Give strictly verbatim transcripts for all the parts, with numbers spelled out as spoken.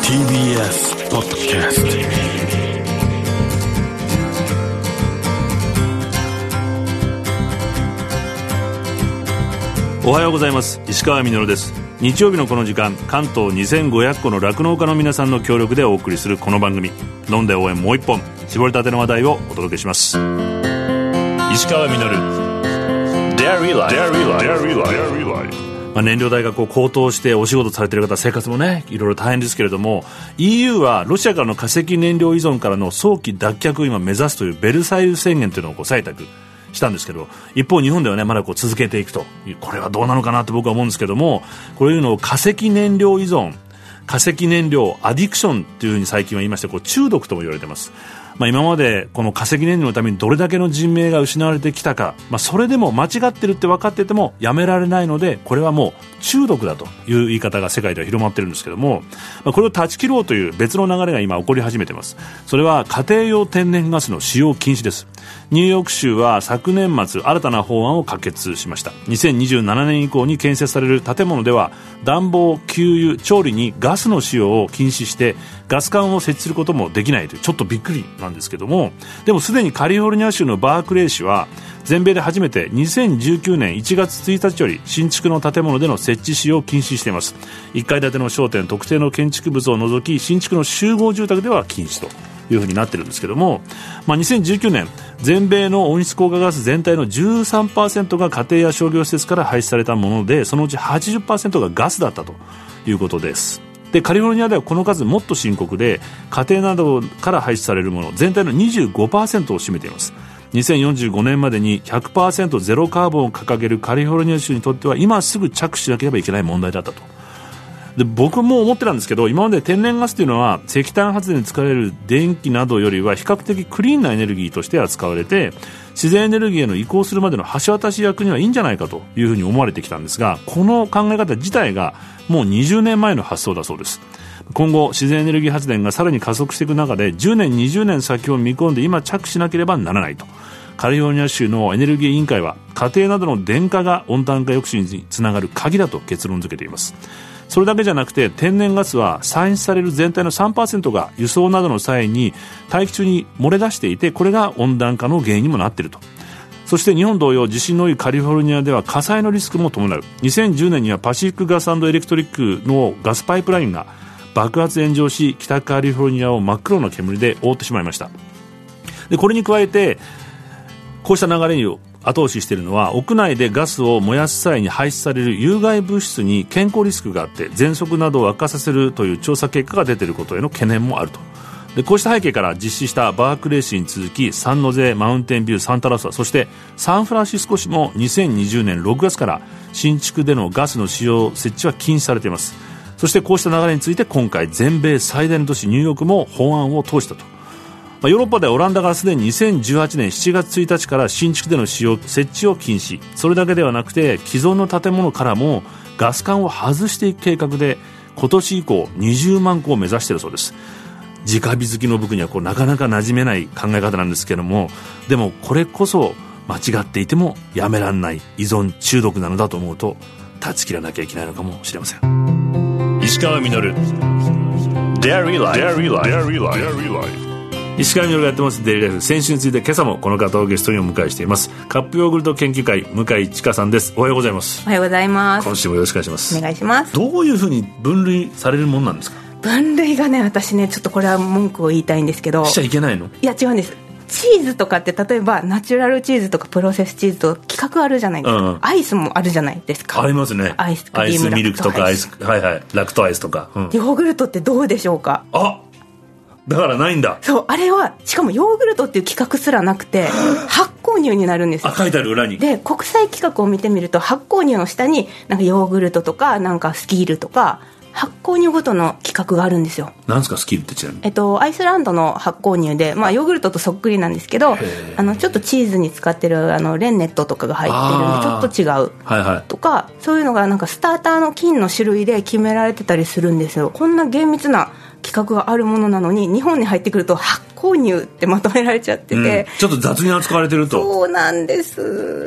ティービーエス ポッドキャスト。おはようございます。石川みのるです。日曜日のこの時間、関東にせんごひゃくこの酪農家の皆さんの協力でお送りするこの番組、飲んで応援もう一本、絞りたての話題をお届けします。石川みのる Dairy Life。まあ、燃料代がこう高騰してお仕事されている方、生活もねいろいろ大変ですけれども、 イーユー はロシアからの化石燃料依存からの早期脱却を今目指すというベルサイユ宣言というのをこう採択したんですけど、一方日本ではねまだこう続けていくという、これはどうなのかなと僕は思うんですけども、こういうのを化石燃料依存、化石燃料アディクションというふうに最近は言いまして、こう中毒とも言われています。まあ、今までこの化石燃料のためにどれだけの人命が失われてきたか、まあ、それでも間違ってるって分かっててもやめられないので、これはもう中毒だという言い方が世界では広まってるんですけども、まあ、これを断ち切ろうという別の流れが今起こり始めています。それは家庭用天然ガスの使用禁止です。ニューヨーク州は昨年末新たな法案を可決しました。にせんにじゅうななねん以降に建設される建物では暖房、給油、調理にガスの使用を禁止してガス管を設置することもできないという、ちょっとびっくりなんですけども、でもすでにカリフォルニア州のバークレー市は全米で初めてにせんじゅうきゅうねんいちがつついたちより新築の建物での設置使用を禁止しています。いっかい建ての商店、特定の建築物を除き新築の集合住宅では禁止というふうになってるんですけども、まあ、にせんじゅうきゅうねん全米の温室効果ガス全体の じゅうさんパーセント が家庭や商業施設から排出されたもので、そのうち はちじゅっパーセント がガスだったということです。でカリフォルニアではこの数もっと深刻で、家庭などから排出されるもの全体の にじゅうごパーセント を占めています。にせんよんじゅうごねんまでに ひゃくパーセント ゼロカーボンを掲げるカリフォルニア州にとっては今すぐ着手しなければいけない問題だったと。で僕も思ってたんですけど、今まで天然ガスというのは石炭発電に使われる電気などよりは比較的クリーンなエネルギーとして扱われて、自然エネルギーへの移行するまでの橋渡し役にはいいんじゃないかというふうに思われてきたんですが、この考え方自体がもうにじゅうねんまえの発想だそうです。今後自然エネルギー発電がさらに加速していく中で、じゅうねんにじゅうねん先を見込んで今着手しなければならないとカリフォルニア州のエネルギー委員会は、家庭などの電化が温暖化抑止につながる鍵だと結論付けています。それだけじゃなくて、天然ガスは産出される全体の さんパーセント が輸送などの際に大気中に漏れ出していて、これが温暖化の原因にもなっていると。そして日本同様、地震の多いカリフォルニアでは火災のリスクも伴う。にせんじゅうねんにはパシフィックガス&エレクトリックのガスパイプラインが爆発炎上し、北カリフォルニアを真っ黒な煙で覆ってしまいました。でこれに加えて、こうした流れを後押ししているのは、屋内でガスを燃やす際に排出される有害物質に健康リスクがあって喘息などを悪化させるという調査結果が出ていることへの懸念もあると。でこうした背景から実施したバークレー市に続き、サンノゼ、マウンテンビュー、サンタラソア、そしてサンフランシスコ市もにせんにじゅうねんろくがつから新築でのガスの使用設置は禁止されています。そしてこうした流れについて今回全米最大の都市ニューヨークも法案を通したと。まあ、ヨーロッパではオランダがすでににせんじゅうはちねんしちがつついたちから新築での使用設置を禁止。それだけではなくて、既存の建物からもガス管を外していく計画で、今年以降にじゅうまんこを目指しているそうです。直火好きの僕にはこうなかなか馴染めない考え方なんですけども、でもこれこそ間違っていてもやめられない依存中毒なのだと思うと、断ち切らなきゃいけないのかもしれません。石川みのる Dairy Life。石川みのるがやってますデイリーライフ。先週について今朝もこの方をゲストにお迎えしています。カップヨーグルト研究会向井千佳さんです。おはようございます。 おはようございます。 今週もよろしくお願いします。 お願いします。 どういうふうに分類されるものなんですか？ 分類がね、私ねちょっとこれは文句を言いたいんですけど、 しちゃいけないの？ いや違うんです。チーズとかって例えばナチュラルチーズとかプロセスチーズと規格あるじゃないですか、うん、アイスもあるじゃないですか。 ありますね。 アイスクリーム、 アイスミルクとかアイス、はいはい、ラクトアイスとか、うん、 ヨーグルトってどうでしょうか？ あ、だからないんだ。 そう、あれはしかもヨーグルトっていう規格すらなくて発酵乳になるんですよ。 あ、書いてある裏に。 で国際規格を見てみると、発酵乳の下になんかヨーグルトとかなんかスキールとか発酵乳ごとの規格があるんですよ。 なんですかスキールってちなみに？ えっと、アイスランドの発酵乳で、まあ、ヨーグルトとそっくりなんですけど、あのちょっとチーズに使ってるあのレンネットとかが入ってるんでちょっと違う、はいはい、とかそういうのがなんかスターターの菌の種類で決められてたりするんですよ。こんな厳密な規格があるものなのに日本に入ってくると発酵乳ってまとめられちゃってて、うん、 ちょっと雑に扱われてると。 そうなんです。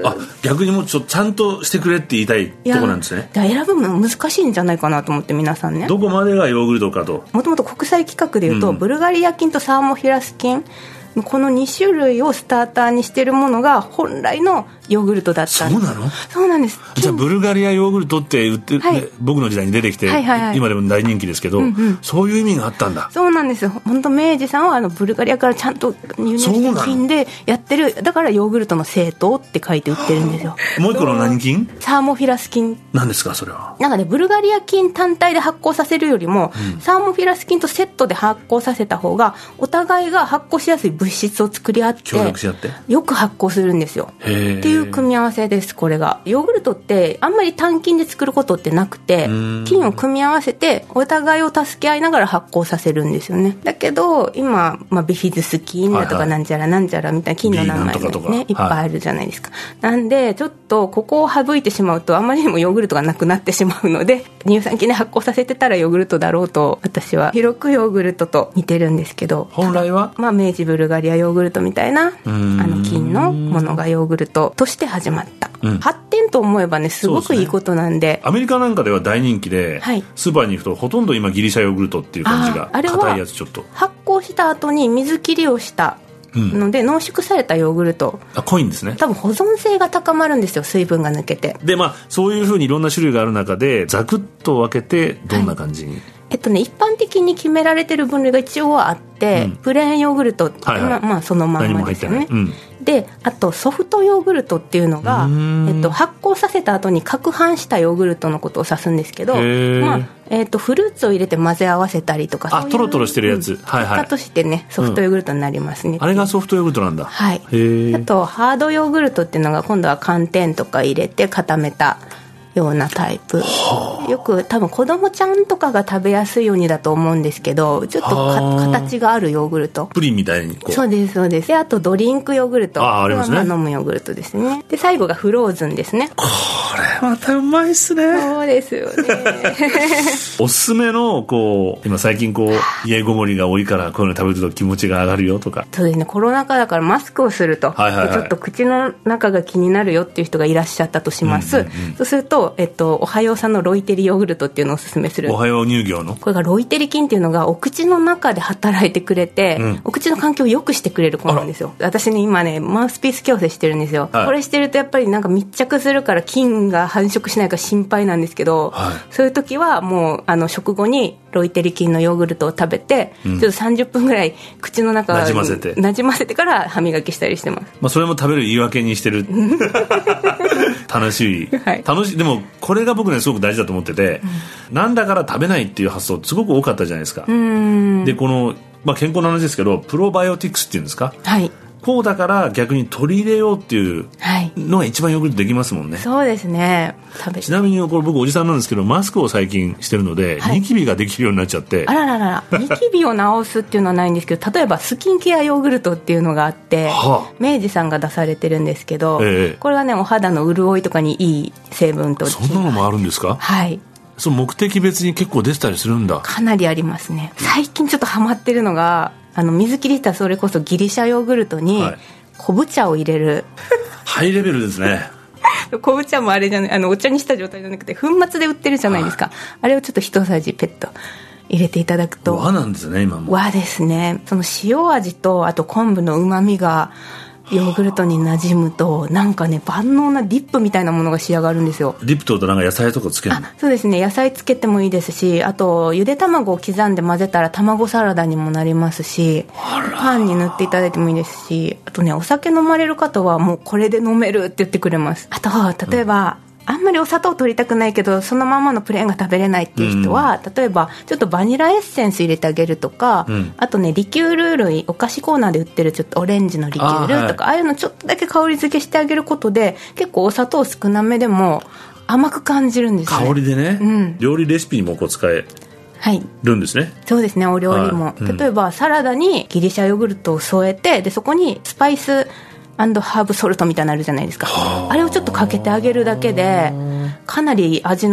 あ、逆にもうちょっとちゃんとしてくれって言いたいとこなんですね。 いや選ぶの難しいんじゃないかなと思って、皆さんね、 どこまでがヨーグルトかと。 もともと国際規格でいうと、うん、ブルガリア菌とサーモフィラス菌、このに種類をスターターにしているものが本来のヨーグルトだったんです。 そうなの？ そうなんです。 じゃあブルガリアヨーグルトって売って、はい、僕の時代に出てきて、はいはいはい、今でも大人気ですけど、うんうん、そういう意味があったんだ。 そうなんですよ。本当明治さんはあのブルガリアからちゃんと輸入した菌でやってる、だからヨーグルトの正統って書いて売ってるんですよ。 もう一個の何菌？ サーモフィラス菌。 何ですかそれは？ なんかね、ブルガリア菌単体で発酵させるよりも、うん、サーモフィラス菌とセットで発酵させた方がお互いが発酵しやすい物質を作り合って協力し合ってよく発酵するんですよ。っていう組み合わせです。これがヨーグルトってあんまり単菌で作ることってなくて、菌を組み合わせてお互いを助け合いながら発酵させるんですよね。だけど今、まあ、ビフィズス菌だとかなんちゃらなんちゃらみたいな菌の名前がねいっぱいあるじゃないですか、はい、なんでちょっとここを省いてしまうとあまりにもヨーグルトがなくなってしまうので、乳酸菌で発酵させてたらヨーグルトだろうと私は広くヨーグルトと似てるんですけど、 本来は、 まあ、明治ブルガリアヨーグルトみたいなあの菌のものがヨーグルトとして始まった、うん、発展と思えばねすごくいいことなんで、 アメリカなんかでは大人気で、はい、スーパーに行くとほとんど今ギリシャヨーグルトっていう感じが、硬いやつちょっと発酵した後に水切りをしたので、うん、濃縮されたヨーグルト、 あ、濃いんですね。 多分保存性が高まるんですよ、水分が抜けて。 で、まあ、そういうふうにいろんな種類がある中でザクッと分けてどんな感じに、はい、 えっとね、一般的に決められてる分類が一応あって、うん、プレーンヨーグルト、はいはい、まあ、まあそのまんまですよね、うん、であとソフトヨーグルトっていうのが、えっと、発酵させた後に攪拌したヨーグルトのことを指すんですけど、まあえっと、フルーツを入れて混ぜ合わせたりとか、 あ、トロトロしてるやつ、うん、はいはい、 結果としてねソフトヨーグルトになりますね、 うん、あれがソフトヨーグルトなんだ。 はい。へあとハードヨーグルトっていうのが今度は寒天とか入れて固めたようなタイプ、よく多分子供ちゃんとかが食べやすいようにだと思うんですけど、ちょっとか形があるヨーグルト、 プリンみたいにこう。 そうですそうです。であとドリンクヨーグルト、 あありますね、 これは飲むヨーグルトですね。で最後がフローズンですね。 これまたうまいっすね。 そうですよねおすすめのこう今最近こう家ごもりが多いからこういうの食べると気持ちが上がるよとか。 そうですね、コロナ禍だからマスクをすると、はいはいはい、ちょっと口の中が気になるよっていう人がいらっしゃったとします、うんうんうん、そうすると、えっと、おはようさんのロイテリヨーグルトっていうのをおすすめする。 おはよう乳業のこれがロイテリ菌っていうのがお口の中で働いてくれて、うん、お口の環境を良くしてくれる子なんですよ。私ね今ねマウスピース矯正してるんですよ、はい、これしてるとやっぱりなんか密着するから菌が繁殖しないか心配なんですけど、はい、そういう時はもうあの食後にロイテリ菌のヨーグルトを食べて、うん、ちょっとさんじゅっぷんぐらい口の中なじませてなじませてから歯磨きしたりしてます、 まあ、それも食べる言い訳にしてる楽しい、はい、楽しい。でもこれが僕ねすごく大事だと思ってて、うん、なんだから食べないっていう発想すごく多かったじゃないですか。うんでこの、まあ、健康の話ですけどプロバイオティクスっていうんですか、はい、こうだから逆に取り入れようっていうのが一番ヨーグルトできますもんね、はい、 そうですね。食べちなみにこれ僕おじさんなんですけどマスクを最近してるので、はい、ニキビができるようになっちゃって。 あららららニキビを治すっていうのはないんですけど例えばスキンケアヨーグルトっていうのがあって、はあ、明治さんが出されてるんですけど、ええ、これはねお肌の潤いとかにいい成分と。 そんなのもあるんですか。 はい。 その目的別に結構出てたりするんだ。 かなりありますね。最近ちょっとハマってるのがあの水切りしたそれこそギリシャヨーグルトに昆布茶を入れる、はい、 ハイレベルですね昆布茶もあれじゃない、あのお茶にした状態じゃなくて粉末で売ってるじゃないですか、はい、あれをちょっと一さじペット入れていただくと和なんですね。今も和ですね。その塩味とあと昆布のうまみがヨーグルトに馴染むとなんかね万能なディップみたいなものが仕上がるんですよ。 ディップとなんか野菜とかつけるの？ あ、そうですね、野菜つけてもいいですし、あとゆで卵を刻んで混ぜたら卵サラダにもなりますし、パンに塗っていただいてもいいですし、あとねお酒飲まれる方はもうこれで飲めるって言ってくれます。あと例えば、うんあんまりお砂糖取りたくないけどそのままのプレーンが食べれないっていう人は、うん、例えばちょっとバニラエッセンス入れてあげるとか、うん、あとねリキュール類お菓子コーナーで売ってるちょっとオレンジのリキュールとか あ,、はい、ああいうのちょっとだけ香り付けしてあげることで結構お砂糖少なめでも甘く感じるんですね。 香りでね、うん、料理レシピにもこう使えるんですね、はい、そうですね。お料理も、うん、例えばサラダにギリシャヨーグルトを添えてでそこにスパイスハーブソルトみたいなのあるじゃないですか。あれをちょっとかけてあげるだけでかなり味の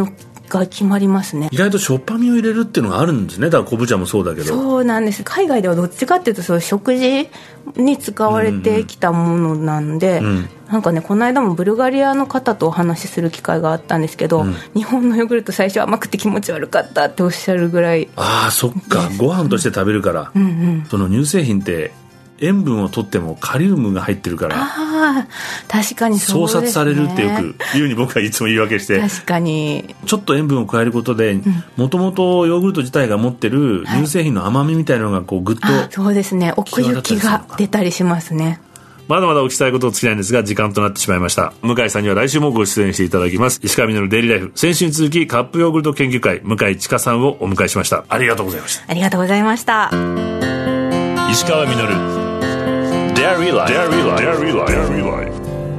が決まりますね。 意外としょっぱみを入れるっていうのがあるんですね。だから昆布茶もそうだけど。 そうなんです。海外ではどっちかっていうとそう食事に使われてきたものなんで、うんうん、なんかねこの間もブルガリアの方とお話しする機会があったんですけど、うん、日本のヨーグルト最初甘くて気持ち悪かったっておっしゃるぐらい。 ああそっか、ご飯として食べるから、うんうん、その乳製品って塩分を取ってもカリウムが入ってるから、 あ確かにそうですね、 創殺されるってよく言うに僕はいつも言い訳して確かにちょっと塩分を加えることでもともとヨーグルト自体が持ってる乳製品の甘みみたいなのがこうグッと、はい、 そうですね、奥行きが出たりしますね。 まだまだお聞きしたいことを尽きないんですが時間となってしまいました。向井さんには来週もご出演していただきます。石川稔デイリーライフ、先週に続きカップヨーグルト研究会向井千佳さんをお迎えしました。ありがとうございました。 ありがとうございました。 石川稔Dairy Life. Dairy Life.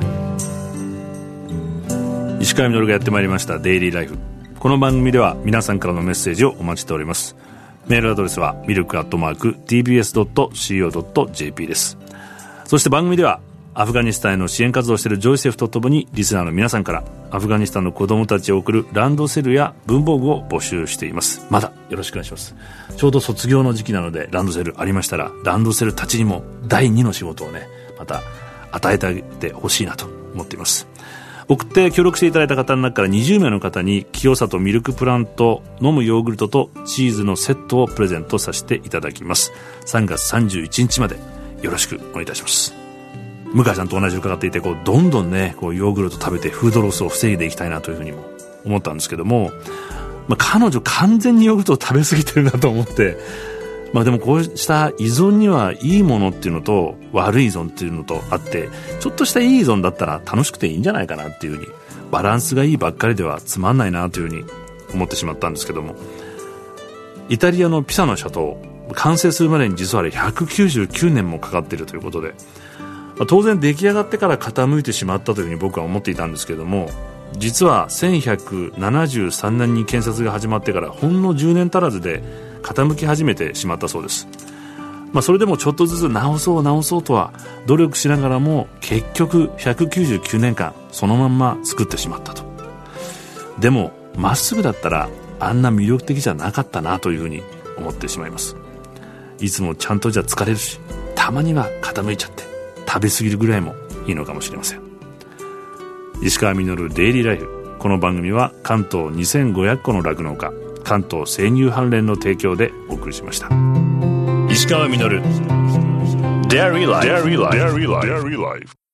石川稔がやってまいりましたデイリーライフ。この番組では皆さんからのメッセージをお待ちしております。メールアドレスはミルクアットマーク ティービーエスドットシーオードットジェーピー です。そして番組ではアフガニスタンへの支援活動をしているジョイセフとともにリスナーの皆さんからアフガニスタンの子どもたちを送るランドセルや文房具を募集しています。まだよろしくお願いします。ちょうど卒業の時期なのでランドセルありましたらランドセルたちにもだいにの仕事をねまた与えてあげてほしいなと思っています。送って協力していただいた方の中からにじゅうめいの方に清里ミルクプラント飲むヨーグルトとチーズのセットをプレゼントさせていただきます。さんがつさんじゅういちにちまでよろしくお願いいたします。向井さんと同じ伺っていてこうどんどんねこうヨーグルト食べてフードロスを防いでいきたいなというふうにも思ったんですけども、まあ、彼女完全にヨーグルトを食べ過ぎてるなと思って、まあ、でもこうした依存にはいいものっていうのと悪い依存っていうのとあってちょっとしたいい依存だったら楽しくていいんじゃないかなっていうふうにバランスがいいばっかりではつまんないなというふうに思ってしまったんですけども、イタリアのピサの斜塔完成するまでに実はあれひゃくきゅうじゅうきゅうねんもかかっているということで、当然出来上がってから傾いてしまったというふうに僕は思っていたんですけれども、実はせんひゃくななじゅうさんねんに建設が始まってからほんのじゅうねん足らずで傾き始めてしまったそうです。まあ、それでもちょっとずつ直そう直そうとは努力しながらも結局ひゃくきゅうじゅうきゅうねんかんそのまんま作ってしまったと。でもまっすぐだったらあんな魅力的じゃなかったなというふうに思ってしまいます。いつもちゃんとじゃ疲れるし、たまには傾いちゃって食べ過ぎるぐらいもいいのかもしれません。石川稔デイリーライフ、この番組は関東にせんごひゃくこの酪農家関東生乳関連の提供でお送りしました。石川稔デイリーライフ